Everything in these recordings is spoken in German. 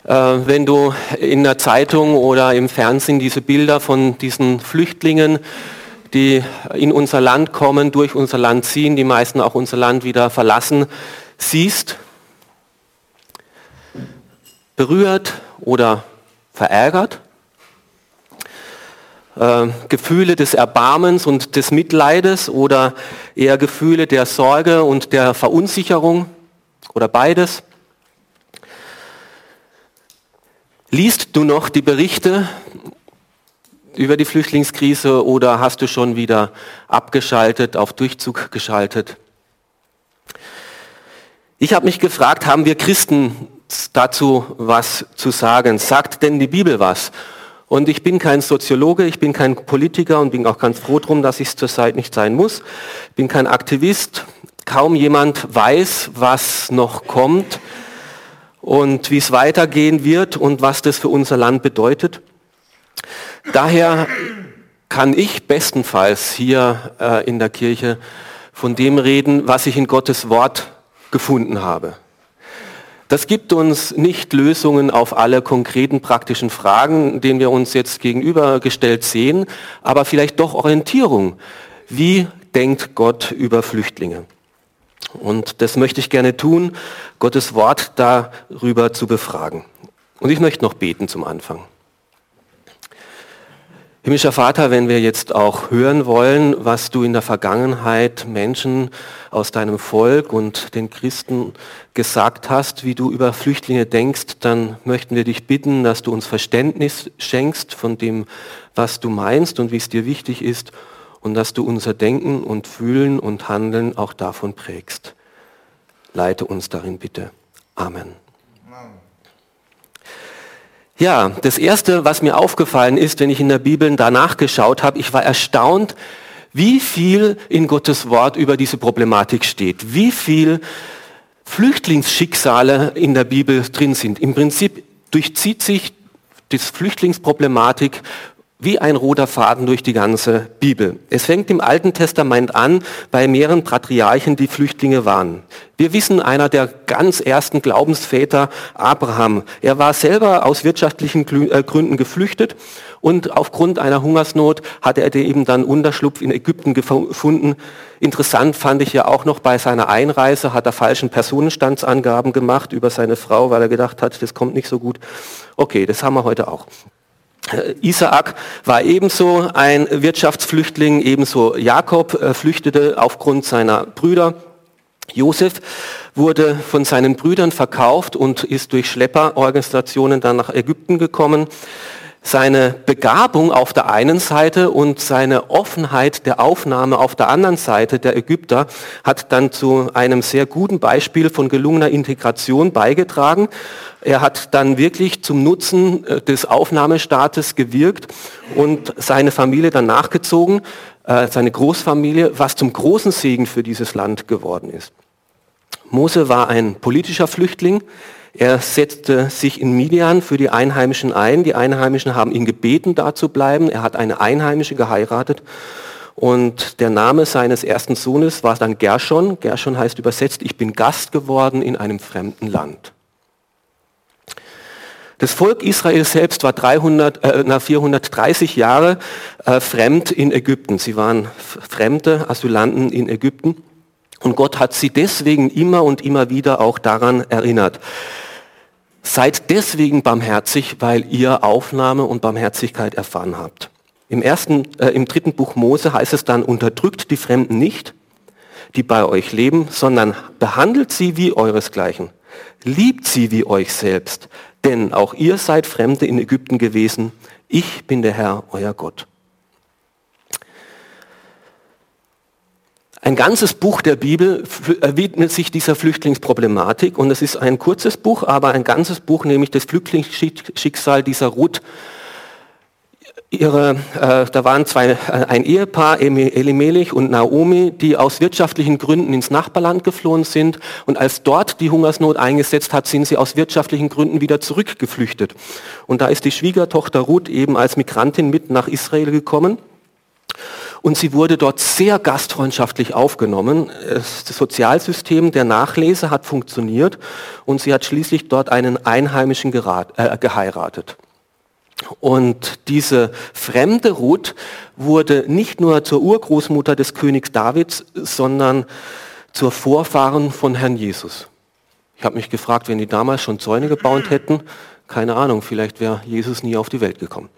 Wenn du in der Zeitung oder im Fernsehen diese Bilder von diesen Flüchtlingen, die in unser Land kommen, durch unser Land ziehen, die meisten auch unser Land wieder verlassen, siehst, berührt oder verärgert, Gefühle des Erbarmens und des Mitleides oder eher Gefühle der Sorge und der Verunsicherung oder beides. Liest du noch die Berichte über die Flüchtlingskrise oder hast du schon wieder abgeschaltet, auf Durchzug geschaltet? Ich habe mich gefragt, haben wir Christen dazu was zu sagen? Sagt denn die Bibel was? Und ich bin kein Soziologe, ich bin kein Politiker und bin auch ganz froh drum, dass ich es zurzeit nicht sein muss. Ich bin kein Aktivist. Kaum jemand weiß, was noch kommt und wie es weitergehen wird und was das für unser Land bedeutet. Daher kann ich bestenfalls hier in der Kirche von dem reden, was ich in Gottes Wort gefunden habe. Das gibt uns nicht Lösungen auf alle konkreten praktischen Fragen, denen wir uns jetzt gegenübergestellt sehen, aber vielleicht doch Orientierung. Wie denkt Gott über Flüchtlinge? Und das möchte ich gerne tun, Gottes Wort darüber zu befragen. Und ich möchte noch beten zum Anfang. Himmlischer Vater, wenn wir jetzt auch hören wollen, was du in der Vergangenheit Menschen aus deinem Volk und den Christen gesagt hast, wie du über Flüchtlinge denkst, dann möchten wir dich bitten, dass du uns Verständnis schenkst von dem, was du meinst und wie es dir wichtig ist und dass du unser Denken und Fühlen und Handeln auch davon prägst. Leite uns darin bitte. Amen. Ja, das Erste, was mir aufgefallen ist, wenn ich in der Bibel danach geschaut habe, ich war erstaunt, wie viel in Gottes Wort über diese Problematik steht, wie viel Flüchtlingsschicksale in der Bibel drin sind. Im Prinzip durchzieht sich die Flüchtlingsproblematik wie ein roter Faden durch die ganze Bibel. Es fängt im Alten Testament an bei mehreren Patriarchen, die Flüchtlinge waren. Wir wissen, einer der ganz ersten Glaubensväter, Abraham, er war selber aus wirtschaftlichen Gründen geflüchtet und aufgrund einer Hungersnot hatte er eben dann Unterschlupf in Ägypten gefunden. Interessant fand ich ja auch noch, bei seiner Einreise hat er falschen Personenstandsangaben gemacht über seine Frau, weil er gedacht hat, das kommt nicht so gut. Okay, das haben wir heute auch. Isaak war ebenso ein Wirtschaftsflüchtling, ebenso Jakob flüchtete aufgrund seiner Brüder. Josef wurde von seinen Brüdern verkauft und ist durch Schlepperorganisationen dann nach Ägypten gekommen. Seine Begabung auf der einen Seite und seine Offenheit der Aufnahme auf der anderen Seite der Ägypter hat dann zu einem sehr guten Beispiel von gelungener Integration beigetragen. Er hat dann wirklich zum Nutzen des Aufnahmestaates gewirkt und seine Familie dann nachgezogen, seine Großfamilie, was zum großen Segen für dieses Land geworden ist. Mose war ein politischer Flüchtling. Er setzte sich in Midian für die Einheimischen ein. Die Einheimischen haben ihn gebeten, da zu bleiben. Er hat eine Einheimische geheiratet. Und der Name seines ersten Sohnes war dann Gershon. Gershon heißt übersetzt, ich bin Gast geworden in einem fremden Land. Das Volk Israel selbst war 430 Jahre fremd in Ägypten. Sie waren fremde Asylanten in Ägypten. Und Gott hat sie deswegen immer und immer wieder auch daran erinnert. Seid deswegen barmherzig, weil ihr Aufnahme und Barmherzigkeit erfahren habt. Im 3. Buch Mose heißt es dann, unterdrückt die Fremden nicht, die bei euch leben, sondern behandelt sie wie euresgleichen. Liebt sie wie euch selbst, denn auch ihr seid Fremde in Ägypten gewesen. Ich bin der Herr, euer Gott. Ein ganzes Buch der Bibel widmet sich dieser Flüchtlingsproblematik und es ist ein kurzes Buch, aber ein ganzes Buch, nämlich das Flüchtlingsschicksal dieser Ruth. Da waren ein Ehepaar, Elimelech und Naomi, die aus wirtschaftlichen Gründen ins Nachbarland geflohen sind und als dort die Hungersnot eingesetzt hat, sind sie aus wirtschaftlichen Gründen wieder zurückgeflüchtet. Und da ist die Schwiegertochter Ruth eben als Migrantin mit nach Israel gekommen. Und sie wurde dort sehr gastfreundschaftlich aufgenommen. Das Sozialsystem der Nachlese hat funktioniert und sie hat schließlich dort einen Einheimischen geheiratet. Und diese fremde Ruth wurde nicht nur zur Urgroßmutter des Königs Davids, sondern zur Vorfahren von Herrn Jesus. Ich habe mich gefragt, wenn die damals schon Zäune gebaut hätten, keine Ahnung, vielleicht wäre Jesus nie auf die Welt gekommen.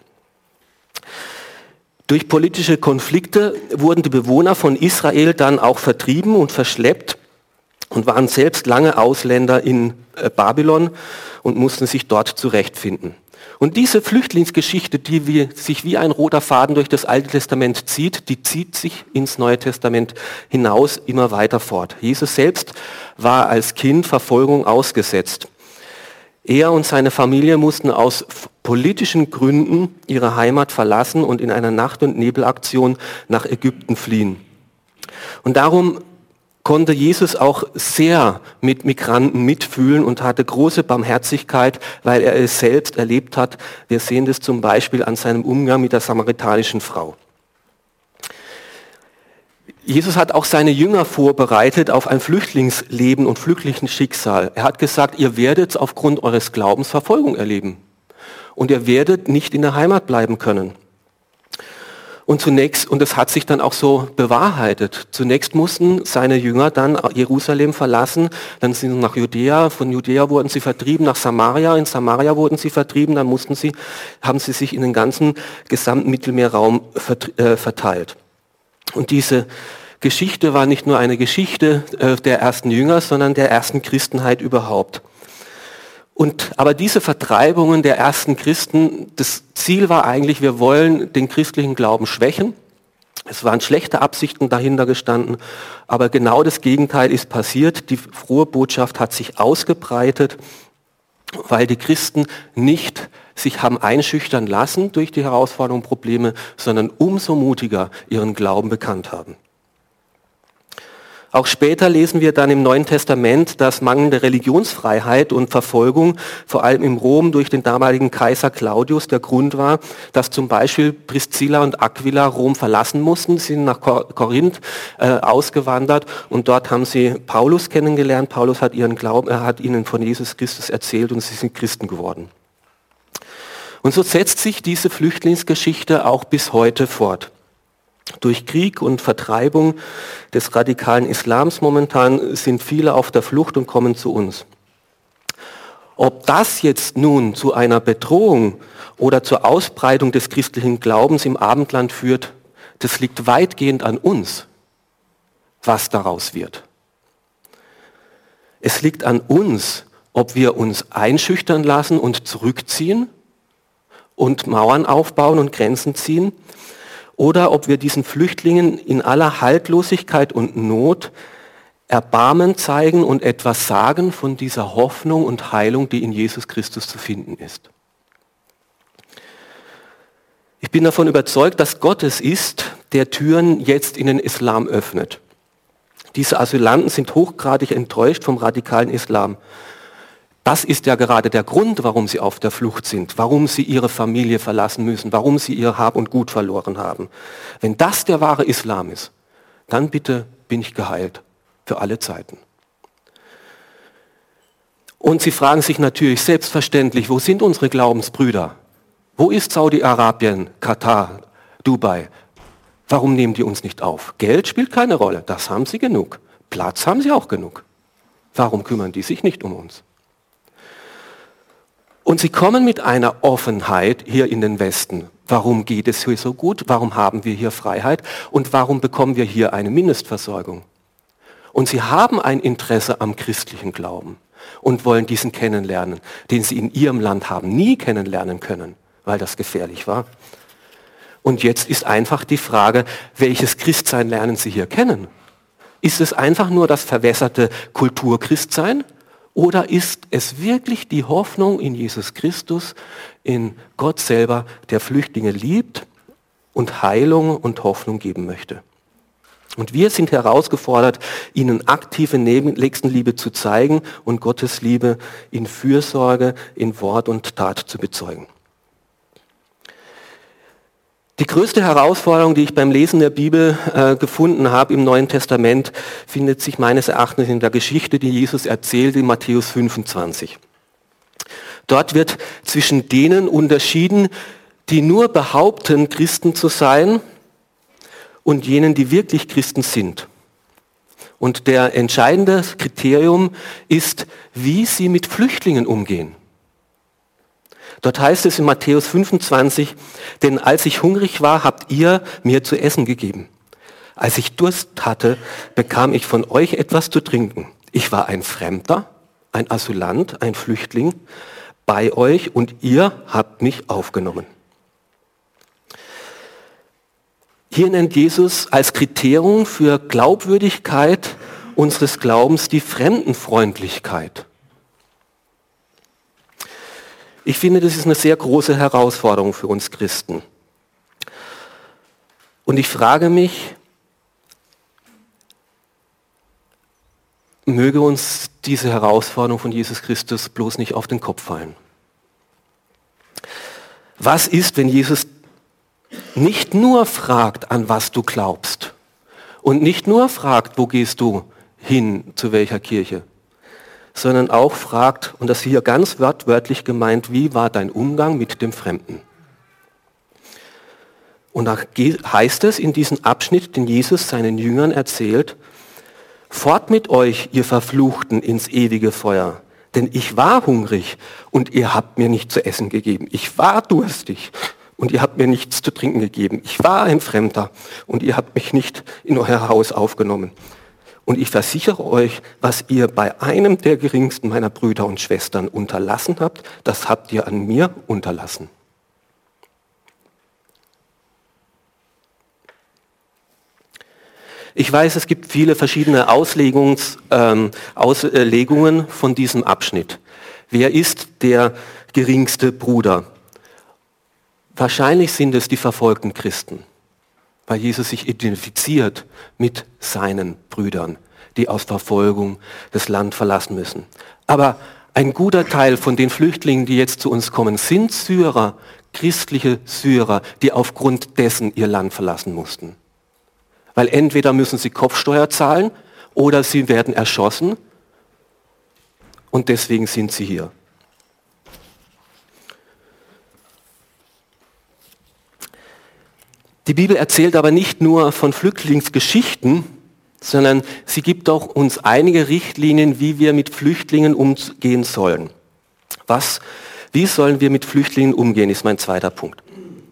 Durch politische Konflikte wurden die Bewohner von Israel dann auch vertrieben und verschleppt und waren selbst lange Ausländer in Babylon und mussten sich dort zurechtfinden. Und diese Flüchtlingsgeschichte, die sich wie ein roter Faden durch das Alte Testament zieht, die zieht sich ins Neue Testament hinaus immer weiter fort. Jesus selbst war als Kind Verfolgung ausgesetzt. Er und seine Familie mussten aus politischen Gründen ihre Heimat verlassen und in einer Nacht- und Nebelaktion nach Ägypten fliehen. Und darum konnte Jesus auch sehr mit Migranten mitfühlen und hatte große Barmherzigkeit, weil er es selbst erlebt hat. Wir sehen das zum Beispiel an seinem Umgang mit der samaritanischen Frau. Jesus hat auch seine Jünger vorbereitet auf ein Flüchtlingsleben und Flüchtlingsschicksal. Er hat gesagt, ihr werdet aufgrund eures Glaubens Verfolgung erleben und ihr werdet nicht in der Heimat bleiben können. Und das hat sich dann auch so bewahrheitet. Zunächst mussten seine Jünger dann Jerusalem verlassen, dann sind sie nach Judäa, von Judäa wurden sie vertrieben nach Samaria, in Samaria wurden sie vertrieben, dann haben sie sich in den ganzen gesamten Mittelmeerraum verteilt. Und diese Geschichte war nicht nur eine Geschichte der ersten Jünger, sondern der ersten Christenheit überhaupt. Aber diese Vertreibungen der ersten Christen, das Ziel war eigentlich, wir wollen den christlichen Glauben schwächen. Es waren schlechte Absichten dahinter gestanden, aber genau das Gegenteil ist passiert. Die frohe Botschaft hat sich ausgebreitet, weil die Christen nicht sich haben einschüchtern lassen durch die Herausforderungen und Probleme, sondern umso mutiger ihren Glauben bekannt haben. Auch später lesen wir dann im Neuen Testament, dass mangelnde Religionsfreiheit und Verfolgung, vor allem in Rom durch den damaligen Kaiser Claudius, der Grund war, dass zum Beispiel Priscilla und Aquila Rom verlassen mussten, sie sind nach Korinth ausgewandert und dort haben sie Paulus kennengelernt. Paulus hat ihren Glauben, er hat ihnen von Jesus Christus erzählt und sie sind Christen geworden. Und so setzt sich diese Flüchtlingsgeschichte auch bis heute fort. Durch Krieg und Vertreibung des radikalen Islams momentan sind viele auf der Flucht und kommen zu uns. Ob das jetzt nun zu einer Bedrohung oder zur Ausbreitung des christlichen Glaubens im Abendland führt, das liegt weitgehend an uns, was daraus wird. Es liegt an uns, ob wir uns einschüchtern lassen und zurückziehen und Mauern aufbauen und Grenzen ziehen, oder ob wir diesen Flüchtlingen in aller Haltlosigkeit und Not Erbarmen zeigen und etwas sagen von dieser Hoffnung und Heilung, die in Jesus Christus zu finden ist. Ich bin davon überzeugt, dass Gott es ist, der Türen jetzt in den Islam öffnet. Diese Asylanten sind hochgradig enttäuscht vom radikalen Islam. Das ist ja gerade der Grund, warum sie auf der Flucht sind, warum sie ihre Familie verlassen müssen, warum sie ihr Hab und Gut verloren haben. Wenn das der wahre Islam ist, dann bitte bin ich geheilt für alle Zeiten. Und sie fragen sich natürlich selbstverständlich, wo sind unsere Glaubensbrüder? Wo ist Saudi-Arabien, Katar, Dubai? Warum nehmen die uns nicht auf? Geld spielt keine Rolle, das haben sie genug. Platz haben sie auch genug. Warum kümmern die sich nicht um uns? Und sie kommen mit einer Offenheit hier in den Westen. Warum geht es hier so gut? Warum haben wir hier Freiheit? Und warum bekommen wir hier eine Mindestversorgung? Und sie haben ein Interesse am christlichen Glauben und wollen diesen kennenlernen, den sie in ihrem Land haben nie kennenlernen können, weil das gefährlich war. Und jetzt ist einfach die Frage, welches Christsein lernen sie hier kennen? Ist es einfach nur das verwässerte Kulturchristsein? Oder ist es wirklich die Hoffnung in Jesus Christus, in Gott selber, der Flüchtlinge liebt und Heilung und Hoffnung geben möchte? Und wir sind herausgefordert, ihnen aktive Nächstenliebe zu zeigen und Gottes Liebe in Fürsorge, in Wort und Tat zu bezeugen. Die größte Herausforderung, die ich beim Lesen der Bibel gefunden habe im Neuen Testament, findet sich meines Erachtens in der Geschichte, die Jesus erzählt in Matthäus 25. Dort wird zwischen denen unterschieden, die nur behaupten, Christen zu sein, und jenen, die wirklich Christen sind. Und der entscheidende Kriterium ist, wie sie mit Flüchtlingen umgehen. Dort heißt es in Matthäus 25, denn als ich hungrig war, habt ihr mir zu essen gegeben. Als ich Durst hatte, bekam ich von euch etwas zu trinken. Ich war ein Fremder, ein Asylant, ein Flüchtling bei euch und ihr habt mich aufgenommen. Hier nennt Jesus als Kriterium für Glaubwürdigkeit unseres Glaubens die Fremdenfreundlichkeit. Ich finde, das ist eine sehr große Herausforderung für uns Christen. Und ich frage mich, möge uns diese Herausforderung von Jesus Christus bloß nicht auf den Kopf fallen. Was ist, wenn Jesus nicht nur fragt, an was du glaubst und nicht nur fragt, wo gehst du hin, zu welcher Kirche, sondern auch fragt, und das hier ganz wörtlich gemeint, wie war dein Umgang mit dem Fremden? Und da heißt es in diesem Abschnitt, den Jesus seinen Jüngern erzählt, fort mit euch, ihr Verfluchten, ins ewige Feuer, denn ich war hungrig und ihr habt mir nicht zu essen gegeben. Ich war durstig und ihr habt mir nichts zu trinken gegeben. Ich war ein Fremder und ihr habt mich nicht in euer Haus aufgenommen. Und ich versichere euch, was ihr bei einem der geringsten meiner Brüder und Schwestern unterlassen habt, das habt ihr an mir unterlassen. Ich weiß, es gibt viele verschiedene Auslegungen von diesem Abschnitt. Wer ist der geringste Bruder? Wahrscheinlich sind es die verfolgten Christen, weil Jesus sich identifiziert mit seinen Brüdern, die aus Verfolgung das Land verlassen müssen. Aber ein guter Teil von den Flüchtlingen, die jetzt zu uns kommen, sind Syrer, christliche Syrer, die aufgrund dessen ihr Land verlassen mussten. Weil entweder müssen sie Kopfsteuer zahlen oder sie werden erschossen und deswegen sind sie hier. Die Bibel erzählt aber nicht nur von Flüchtlingsgeschichten, sondern sie gibt auch uns einige Richtlinien, wie wir mit Flüchtlingen umgehen sollen. Wie sollen wir mit Flüchtlingen umgehen, ist mein zweiter Punkt.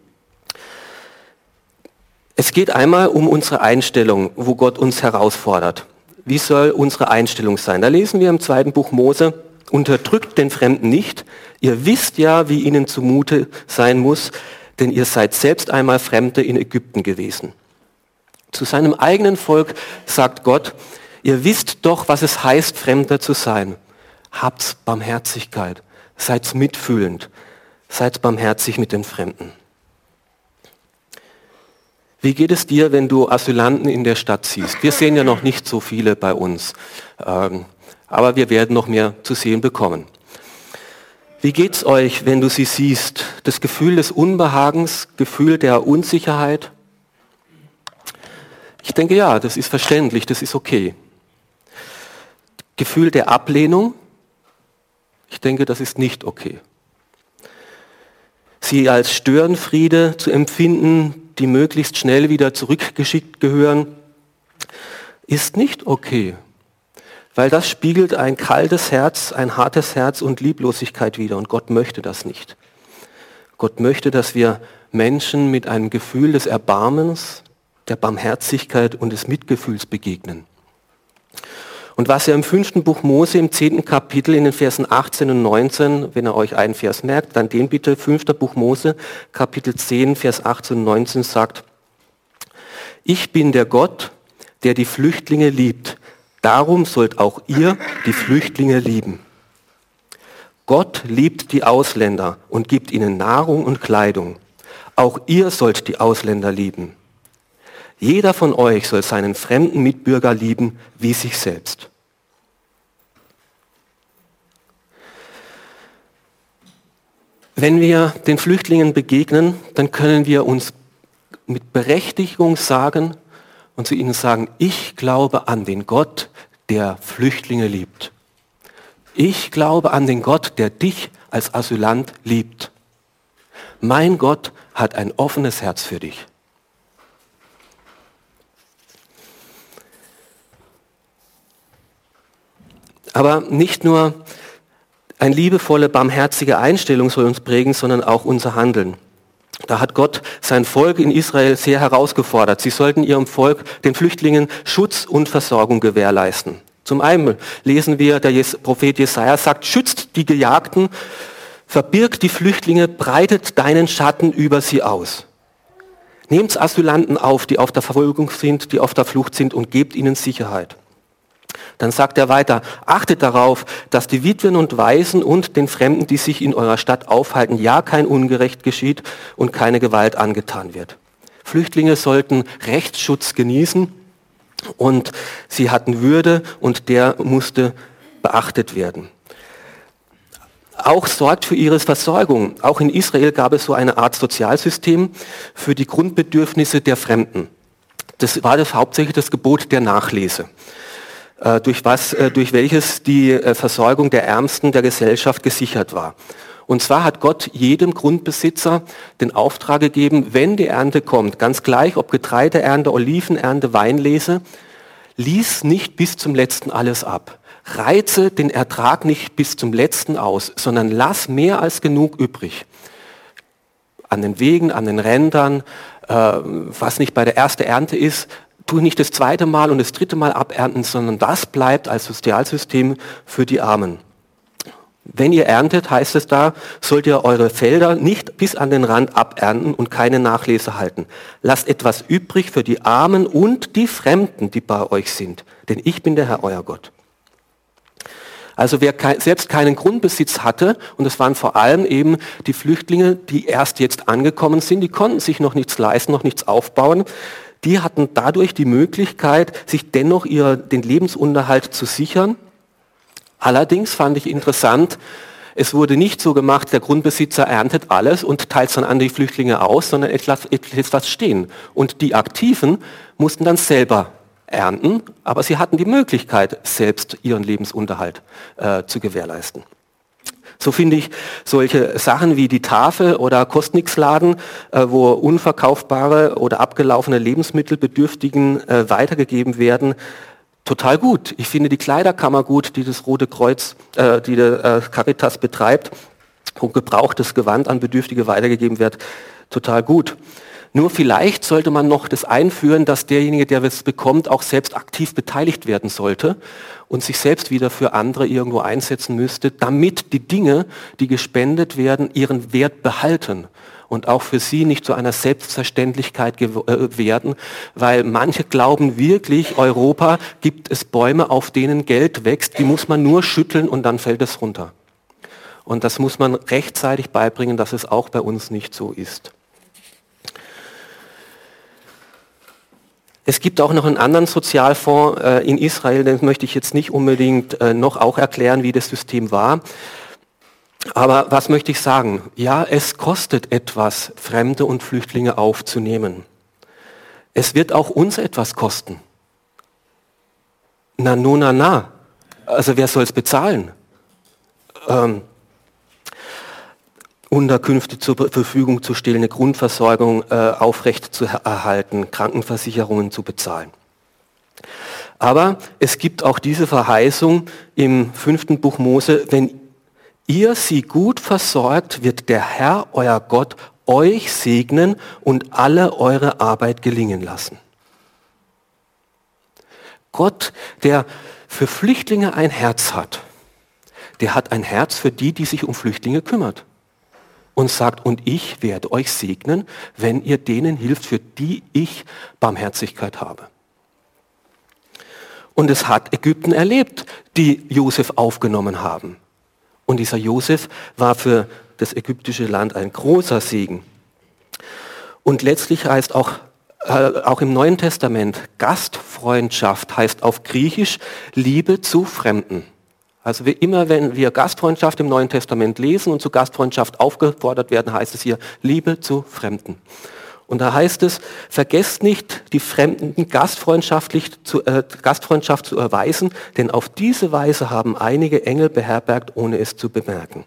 Es geht einmal um unsere Einstellung, wo Gott uns herausfordert. Wie soll unsere Einstellung sein? Da lesen wir im 2. Buch Mose, unterdrückt den Fremden nicht, ihr wisst ja, wie ihnen zumute sein muss, denn ihr seid selbst einmal Fremde in Ägypten gewesen. Zu seinem eigenen Volk sagt Gott, ihr wisst doch, was es heißt, Fremder zu sein. Habt Barmherzigkeit, seid mitfühlend, seid barmherzig mit den Fremden. Wie geht es dir, wenn du Asylanten in der Stadt siehst? Wir sehen ja noch nicht so viele bei uns, aber wir werden noch mehr zu sehen bekommen. Wie geht's euch, wenn du sie siehst? Das Gefühl des Unbehagens, Gefühl der Unsicherheit? Ich denke, ja, das ist verständlich, das ist okay. Gefühl der Ablehnung? Ich denke, das ist nicht okay. Sie als Störenfriede zu empfinden, die möglichst schnell wieder zurückgeschickt gehören, ist nicht okay. Weil das spiegelt ein kaltes Herz, ein hartes Herz und Lieblosigkeit wider. Und Gott möchte das nicht. Gott möchte, dass wir Menschen mit einem Gefühl des Erbarmens, der Barmherzigkeit und des Mitgefühls begegnen. Und was er im 5. Buch Mose im 10. Kapitel in den Versen 18 und 19, wenn ihr euch einen Vers merkt, dann den bitte, 5. Buch Mose, Kapitel 10, Vers 18 und 19 sagt, ich bin der Gott, der die Flüchtlinge liebt. Darum sollt auch ihr die Flüchtlinge lieben. Gott liebt die Ausländer und gibt ihnen Nahrung und Kleidung. Auch ihr sollt die Ausländer lieben. Jeder von euch soll seinen fremden Mitbürger lieben wie sich selbst. Wenn wir den Flüchtlingen begegnen, dann können wir uns mit Berechtigung sagen und zu ihnen sagen, ich glaube an den Gott, der Flüchtlinge liebt. Ich glaube an den Gott, der dich als Asylant liebt. Mein Gott hat ein offenes Herz für dich. Aber nicht nur eine liebevolle, barmherzige Einstellung soll uns prägen, sondern auch unser Handeln. Da hat Gott sein Volk in Israel sehr herausgefordert. Sie sollten ihrem Volk, den Flüchtlingen, Schutz und Versorgung gewährleisten. Zum einen lesen wir, der Prophet Jesaja sagt, schützt die Gejagten, verbirgt die Flüchtlinge, breitet deinen Schatten über sie aus. Nehmt Asylanten auf, die auf der Verfolgung sind, die auf der Flucht sind und gebt ihnen Sicherheit. Dann sagt er weiter, achtet darauf, dass die Witwen und Waisen und den Fremden, die sich in eurer Stadt aufhalten, ja kein Ungerecht geschieht und keine Gewalt angetan wird. Flüchtlinge sollten Rechtsschutz genießen und sie hatten Würde und der musste beachtet werden. Auch sorgt für ihre Versorgung. Auch in Israel gab es so eine Art Sozialsystem für die Grundbedürfnisse der Fremden. Das war hauptsächlich das Gebot der Nachlese, durch welches die Versorgung der Ärmsten der Gesellschaft gesichert war. Und zwar hat Gott jedem Grundbesitzer den Auftrag gegeben, wenn die Ernte kommt, ganz gleich, ob Getreideernte, Olivenernte, Weinlese, lies nicht bis zum letzten alles ab. Reize den Ertrag nicht bis zum letzten aus, sondern lass mehr als genug übrig. An den Wegen, an den Rändern, was nicht bei der ersten Ernte ist, tu nicht das zweite Mal und das dritte Mal abernten, sondern das bleibt als Sozialsystem für die Armen. Wenn ihr erntet, heißt es da, sollt ihr eure Felder nicht bis an den Rand abernten und keine Nachlese halten. Lasst etwas übrig für die Armen und die Fremden, die bei euch sind, denn ich bin der Herr, euer Gott. Also wer selbst keinen Grundbesitz hatte, und es waren vor allem eben die Flüchtlinge, die erst jetzt angekommen sind, die konnten sich noch nichts leisten, noch nichts aufbauen, die hatten dadurch die Möglichkeit, sich dennoch den Lebensunterhalt zu sichern. Allerdings fand ich interessant, es wurde nicht so gemacht, der Grundbesitzer erntet alles und teilt es dann an die Flüchtlinge aus, sondern etwas stehen. Und die Aktiven mussten dann selber ernten, aber sie hatten die Möglichkeit, selbst ihren Lebensunterhalt zu gewährleisten. So finde ich solche Sachen wie die Tafel oder Kostnix-Laden, wo unverkaufbare oder abgelaufene Lebensmittel Bedürftigen weitergegeben werden, total gut. Ich finde die Kleiderkammer gut, die das Rote Kreuz, die der Caritas betreibt, wo gebrauchtes Gewand an Bedürftige weitergegeben wird, total gut. Nur vielleicht sollte man noch das einführen, dass derjenige, der es bekommt, auch selbst aktiv beteiligt werden sollte und sich selbst wieder für andere irgendwo einsetzen müsste, damit die Dinge, die gespendet werden, ihren Wert behalten und auch für sie nicht zu einer Selbstverständlichkeit werden, weil manche glauben wirklich, Europa gibt es Bäume, auf denen Geld wächst, die muss man nur schütteln und dann fällt es runter. Und das muss man rechtzeitig beibringen, dass es auch bei uns nicht so ist. Es gibt auch noch einen anderen Sozialfonds in Israel, den möchte ich jetzt nicht unbedingt noch auch erklären, wie das System war. Aber was möchte ich sagen? Ja, es kostet etwas, Fremde und Flüchtlinge aufzunehmen. Es wird auch uns etwas kosten. Na. Also wer soll es bezahlen? Unterkünfte zur Verfügung zu stellen, eine Grundversorgung aufrecht zu erhalten, Krankenversicherungen zu bezahlen. Aber es gibt auch diese Verheißung im 5. Buch Mose, wenn ihr sie gut versorgt, wird der Herr, euer Gott, euch segnen und alle eure Arbeit gelingen lassen. Gott, der für Flüchtlinge ein Herz hat, der hat ein Herz für die, die sich um Flüchtlinge kümmert. Und sagt, und ich werde euch segnen, wenn ihr denen hilft, für die ich Barmherzigkeit habe. Und es hat Ägypten erlebt, die Josef aufgenommen haben. Und dieser Josef war für das ägyptische Land ein großer Segen. Und letztlich heißt auch im Neuen Testament, Gastfreundschaft heißt auf Griechisch Liebe zu Fremden. Also wie immer, wenn wir Gastfreundschaft im Neuen Testament lesen und zu Gastfreundschaft aufgefordert werden, heißt es hier Liebe zu Fremden. Und da heißt es, vergesst nicht, die Fremden Gastfreundschaft zu erweisen, denn auf diese Weise haben einige Engel beherbergt, ohne es zu bemerken.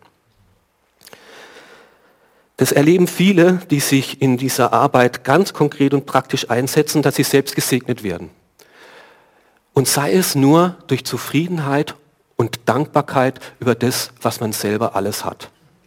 Das erleben viele, die sich in dieser Arbeit ganz konkret und praktisch einsetzen, dass sie selbst gesegnet werden. Und sei es nur durch Zufriedenheit und Dankbarkeit über das, was man selber alles hat.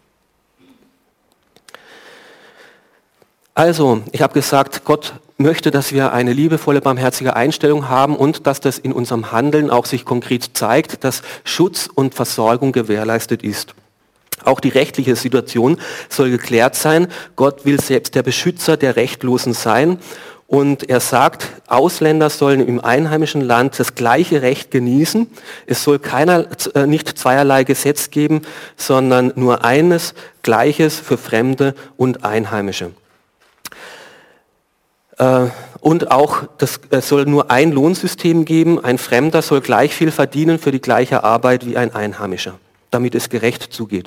Also, ich habe gesagt, Gott möchte, dass wir eine liebevolle, barmherzige Einstellung haben und dass das in unserem Handeln auch sich konkret zeigt, dass Schutz und Versorgung gewährleistet ist. Auch die rechtliche Situation soll geklärt sein. Gott will selbst der Beschützer der Rechtlosen sein. Und er sagt, Ausländer sollen im einheimischen Land das gleiche Recht genießen. Es soll nicht zweierlei Gesetz geben, sondern nur eines, Gleiches für Fremde und Einheimische. Und auch, es soll nur ein Lohnsystem geben. Ein Fremder soll gleich viel verdienen für die gleiche Arbeit wie ein Einheimischer, damit es gerecht zugeht.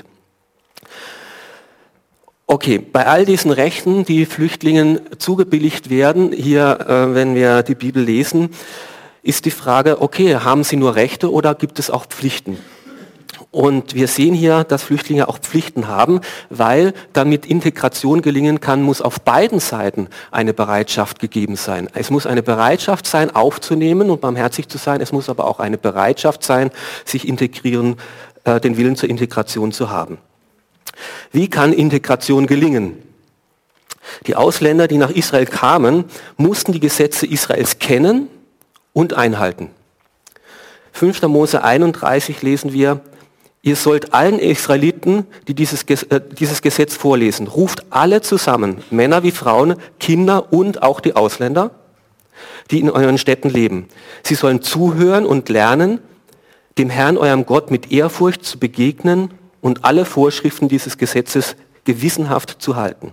Okay, bei all diesen Rechten, die Flüchtlingen zugebilligt werden, hier, wenn wir die Bibel lesen, ist die Frage, okay, haben sie nur Rechte oder gibt es auch Pflichten? Und wir sehen hier, dass Flüchtlinge auch Pflichten haben, weil damit Integration gelingen kann, muss auf beiden Seiten eine Bereitschaft gegeben sein. Es muss eine Bereitschaft sein, aufzunehmen und barmherzig zu sein. Es muss aber auch eine Bereitschaft sein, sich integrieren, den Willen zur Integration zu haben. Wie kann Integration gelingen? Die Ausländer, die nach Israel kamen, mussten die Gesetze Israels kennen und einhalten. 5. Mose 31 lesen wir, ihr sollt allen Israeliten, die dieses Gesetz vorlesen, ruft alle zusammen, Männer wie Frauen, Kinder und auch die Ausländer, die in euren Städten leben. Sie sollen zuhören und lernen, dem Herrn, eurem Gott, mit Ehrfurcht zu begegnen und alle Vorschriften dieses Gesetzes gewissenhaft zu halten.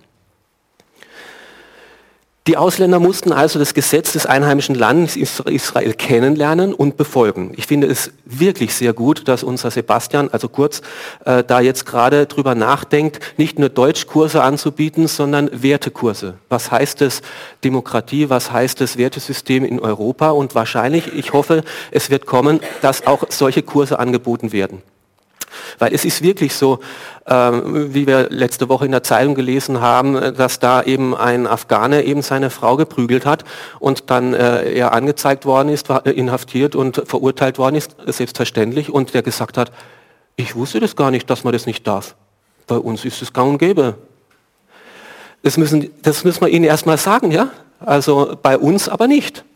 Die Ausländer mussten also das Gesetz des einheimischen Landes Israel kennenlernen und befolgen. Ich finde es wirklich sehr gut, dass unser Sebastian, also Kurz, da jetzt gerade drüber nachdenkt, nicht nur Deutschkurse anzubieten, sondern Wertekurse. Was heißt es Demokratie, was heißt es Wertesystem in Europa? Und wahrscheinlich, ich hoffe, es wird kommen, dass auch solche Kurse angeboten werden. Weil es ist wirklich so, wie wir letzte Woche in der Zeitung gelesen haben, dass da eben ein Afghane eben seine Frau geprügelt hat und dann er angezeigt worden ist, inhaftiert und verurteilt worden ist, selbstverständlich, und der gesagt hat, ich wusste das gar nicht, dass man das nicht darf. Bei uns ist es gang und gäbe. Das müssen wir ihnen erstmal sagen, ja? Also bei uns aber nicht.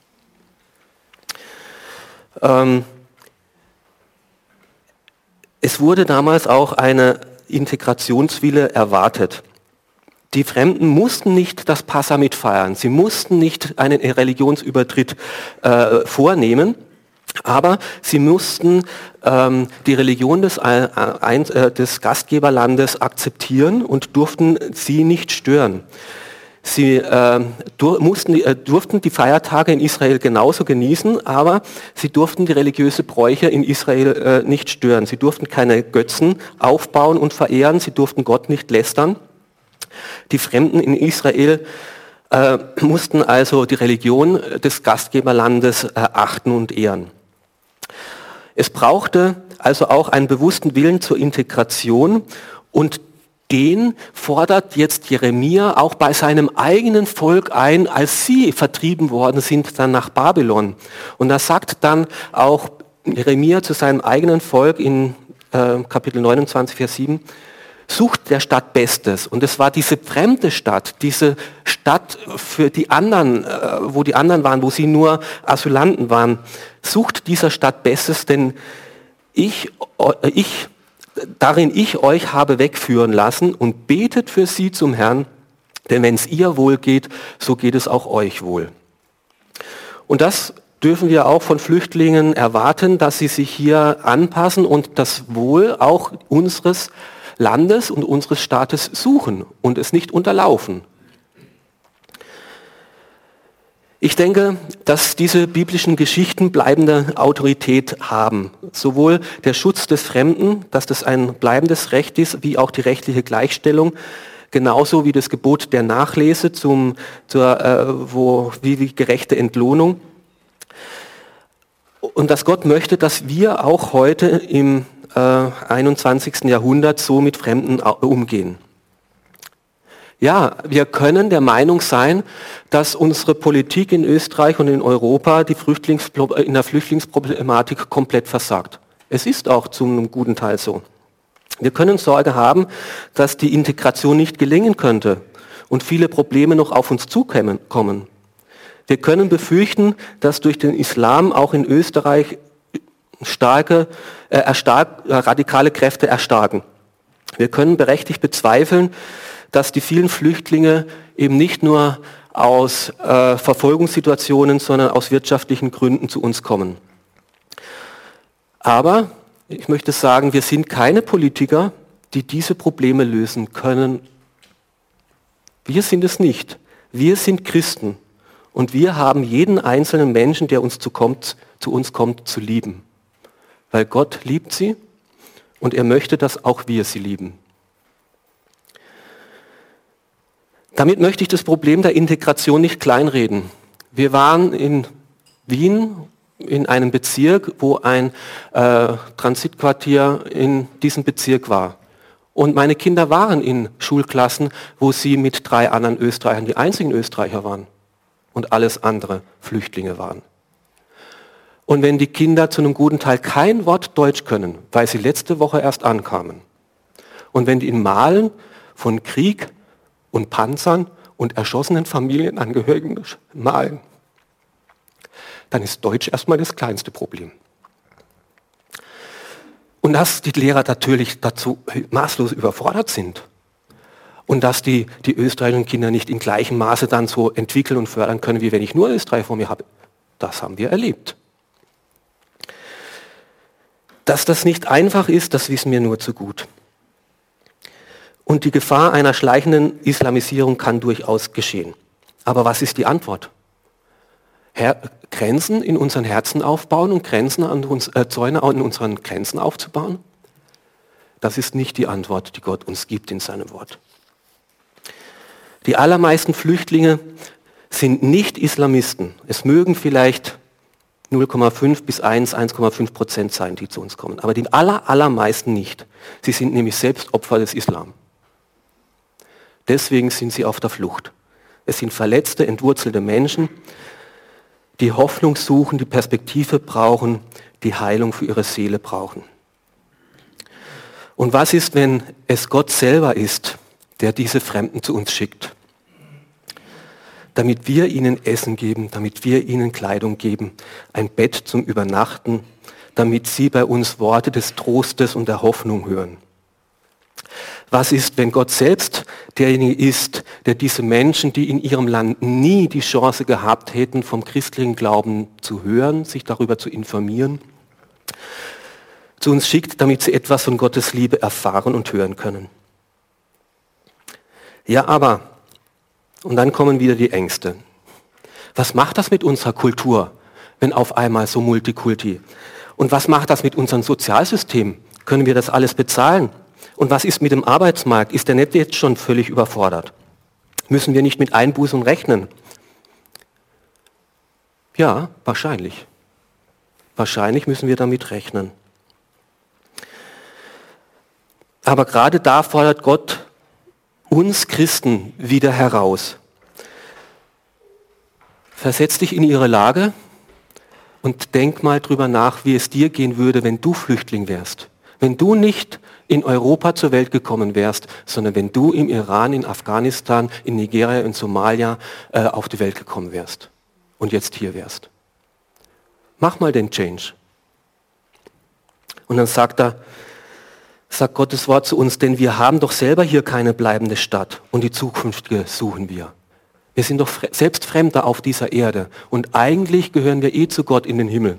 Es wurde damals auch eine Integrationswille erwartet. Die Fremden mussten nicht das Passa mitfeiern, sie mussten nicht einen Religionsübertritt vornehmen, aber sie mussten die Religion des Gastgeberlandes akzeptieren und durften sie nicht stören. Sie durften die Feiertage in Israel genauso genießen, aber sie durften die religiöse Bräuche in Israel nicht stören. Sie durften keine Götzen aufbauen und verehren, sie durften Gott nicht lästern. Die Fremden in Israel mussten also die Religion des Gastgeberlandes achten und ehren. Es brauchte also auch einen bewussten Willen zur Integration, und den fordert jetzt Jeremia auch bei seinem eigenen Volk ein, als sie vertrieben worden sind dann nach Babylon. Und da sagt dann auch Jeremia zu seinem eigenen Volk in Kapitel 29, Vers 7, sucht der Stadt Bestes. Und es war diese fremde Stadt, diese Stadt für die anderen, wo die anderen waren, wo sie nur Asylanten waren. Sucht dieser Stadt Bestes, denn darin ich euch habe wegführen lassen, und betet für sie zum Herrn, denn wenn es ihr wohl geht, so geht es auch euch wohl. Und das dürfen wir auch von Flüchtlingen erwarten, dass sie sich hier anpassen und das Wohl auch unseres Landes und unseres Staates suchen und es nicht unterlaufen. Ich denke, dass diese biblischen Geschichten bleibende Autorität haben. Sowohl der Schutz des Fremden, dass das ein bleibendes Recht ist, wie auch die rechtliche Gleichstellung, genauso wie das Gebot der Nachlese wie gerechte Entlohnung. Und dass Gott möchte, dass wir auch heute im 21. Jahrhundert so mit Fremden umgehen. Ja, wir können der Meinung sein, dass unsere Politik in Österreich und in Europa in der Flüchtlingsproblematik komplett versagt. Es ist auch zu einem guten Teil so. Wir können Sorge haben, dass die Integration nicht gelingen könnte und viele Probleme noch auf uns zukommen. Wir können befürchten, dass durch den Islam auch in Österreich radikale Kräfte erstarken. Wir können berechtigt bezweifeln, dass die vielen Flüchtlinge eben nicht nur aus Verfolgungssituationen, sondern aus wirtschaftlichen Gründen zu uns kommen. Aber ich möchte sagen, wir sind keine Politiker, die diese Probleme lösen können. Wir sind es nicht. Wir sind Christen und wir haben jeden einzelnen Menschen, der zu uns kommt, zu lieben. Weil Gott liebt sie und er möchte, dass auch wir sie lieben. Damit möchte ich das Problem der Integration nicht kleinreden. Wir waren in Wien in einem Bezirk, wo ein Transitquartier in diesem Bezirk war. Und meine Kinder waren in Schulklassen, wo sie mit 3 anderen Österreichern die einzigen Österreicher waren und alles andere Flüchtlinge waren. Und wenn die Kinder zu einem guten Teil kein Wort Deutsch können, weil sie letzte Woche erst ankamen, und wenn die in Malen von Krieg und Panzern und erschossenen Familienangehörigen malen, dann ist Deutsch erstmal das kleinste Problem. Und dass die Lehrer natürlich dazu maßlos überfordert sind und dass die österreichischen Kinder nicht in gleichem Maße dann so entwickeln und fördern können, wie wenn ich nur Österreich vor mir habe, das haben wir erlebt. Dass das nicht einfach ist, das wissen wir nur zu gut. Und die Gefahr einer schleichenden Islamisierung kann durchaus geschehen. Aber was ist die Antwort? Grenzen in unseren Herzen aufbauen und Zäune an unseren Grenzen aufzubauen? Das ist nicht die Antwort, die Gott uns gibt in seinem Wort. Die allermeisten Flüchtlinge sind nicht Islamisten. Es mögen vielleicht 0,5 bis 1,5% sein, die zu uns kommen. Aber die allermeisten nicht. Sie sind nämlich selbst Opfer des Islam. Deswegen sind sie auf der Flucht. Es sind verletzte, entwurzelte Menschen, die Hoffnung suchen, die Perspektive brauchen, die Heilung für ihre Seele brauchen. Und was ist, wenn es Gott selber ist, der diese Fremden zu uns schickt? Damit wir ihnen Essen geben, damit wir ihnen Kleidung geben, ein Bett zum Übernachten, damit sie bei uns Worte des Trostes und der Hoffnung hören. Was ist, wenn Gott selbst derjenige ist, der diese Menschen, die in ihrem Land nie die Chance gehabt hätten, vom christlichen Glauben zu hören, sich darüber zu informieren, zu uns schickt, damit sie etwas von Gottes Liebe erfahren und hören können? Ja, aber, und dann kommen wieder die Ängste. Was macht das mit unserer Kultur, wenn auf einmal so Multikulti? Und was macht das mit unserem Sozialsystem? Können wir das alles bezahlen? Und was ist mit dem Arbeitsmarkt? Ist der nicht jetzt schon völlig überfordert? Müssen wir nicht mit Einbußen rechnen? Ja, wahrscheinlich. Wahrscheinlich müssen wir damit rechnen. Aber gerade da fordert Gott uns Christen wieder heraus. Versetz dich in ihre Lage und denk mal drüber nach, wie es dir gehen würde, wenn du Flüchtling wärst. Wenn du nicht in Europa zur Welt gekommen wärst, sondern wenn du im Iran, in Afghanistan, in Nigeria, in Somalia auf die Welt gekommen wärst und jetzt hier wärst. Mach mal den Change. Und dann sagt Gottes Wort zu uns, denn wir haben doch selber hier keine bleibende Stadt und die zukünftige suchen wir. Wir sind doch selbst Fremder auf dieser Erde und eigentlich gehören wir zu Gott in den Himmel.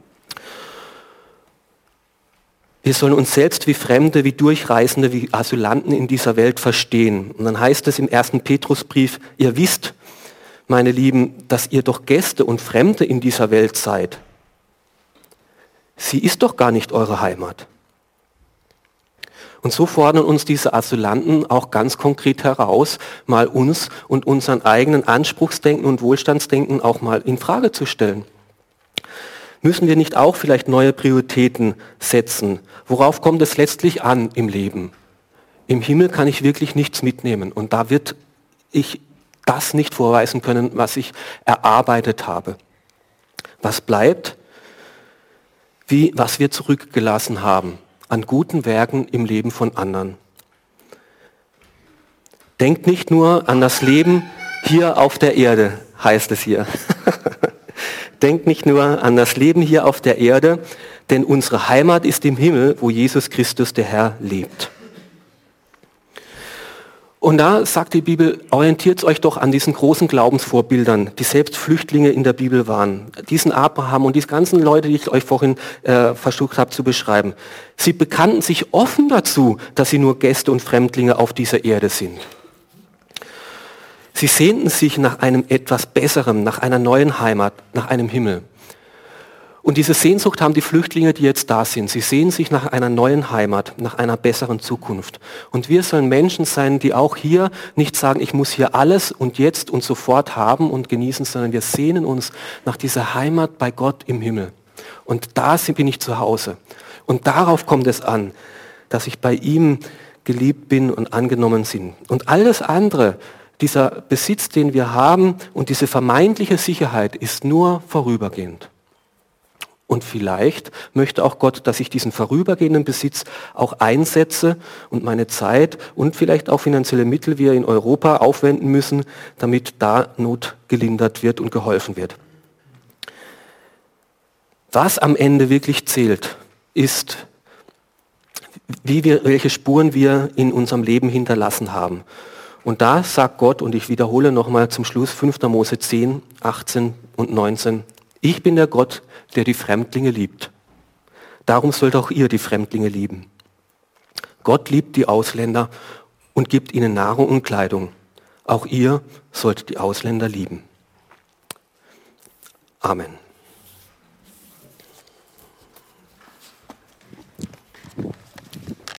Wir sollen uns selbst wie Fremde, wie Durchreisende, wie Asylanten in dieser Welt verstehen. Und dann heißt es im 1. Petrusbrief, ihr wisst, meine Lieben, dass ihr doch Gäste und Fremde in dieser Welt seid. Sie ist doch gar nicht eure Heimat. Und so fordern uns diese Asylanten auch ganz konkret heraus, mal uns und unseren eigenen Anspruchsdenken und Wohlstandsdenken auch mal in Frage zu stellen. Müssen wir nicht auch vielleicht neue Prioritäten setzen? Worauf kommt es letztlich an im Leben? Im Himmel kann ich wirklich nichts mitnehmen und da wird ich das nicht vorweisen können, was ich erarbeitet habe. Was bleibt? Was wir zurückgelassen haben an guten Werken im Leben von anderen. Denkt nicht nur an das Leben hier auf der Erde, heißt es hier. Denkt nicht nur an das Leben hier auf der Erde, denn unsere Heimat ist im Himmel, wo Jesus Christus, der Herr, lebt. Und da sagt die Bibel, orientiert euch doch an diesen großen Glaubensvorbildern, die selbst Flüchtlinge in der Bibel waren. Diesen Abraham und diese ganzen Leute, die ich euch vorhin versucht habe zu beschreiben. Sie bekannten sich offen dazu, dass sie nur Gäste und Fremdlinge auf dieser Erde sind. Sie sehnten sich nach einem etwas Besserem, nach einer neuen Heimat, nach einem Himmel. Und diese Sehnsucht haben die Flüchtlinge, die jetzt da sind. Sie sehnen sich nach einer neuen Heimat, nach einer besseren Zukunft. Und wir sollen Menschen sein, die auch hier nicht sagen, ich muss hier alles und jetzt und sofort haben und genießen, sondern wir sehnen uns nach dieser Heimat bei Gott im Himmel. Und da bin ich zu Hause. Und darauf kommt es an, dass ich bei ihm geliebt bin und angenommen bin. Und alles andere, dieser Besitz, den wir haben und diese vermeintliche Sicherheit ist nur vorübergehend. Und vielleicht möchte auch Gott, dass ich diesen vorübergehenden Besitz auch einsetze und meine Zeit und vielleicht auch finanzielle Mittel wir in Europa aufwenden müssen, damit da Not gelindert wird und geholfen wird. Was am Ende wirklich zählt, ist, welche Spuren wir in unserem Leben hinterlassen haben. Und da sagt Gott, und ich wiederhole nochmal zum Schluss 5. Mose 10, 18 und 19, ich bin der Gott, der die Fremdlinge liebt. Darum sollt auch ihr die Fremdlinge lieben. Gott liebt die Ausländer und gibt ihnen Nahrung und Kleidung. Auch ihr sollt die Ausländer lieben. Amen.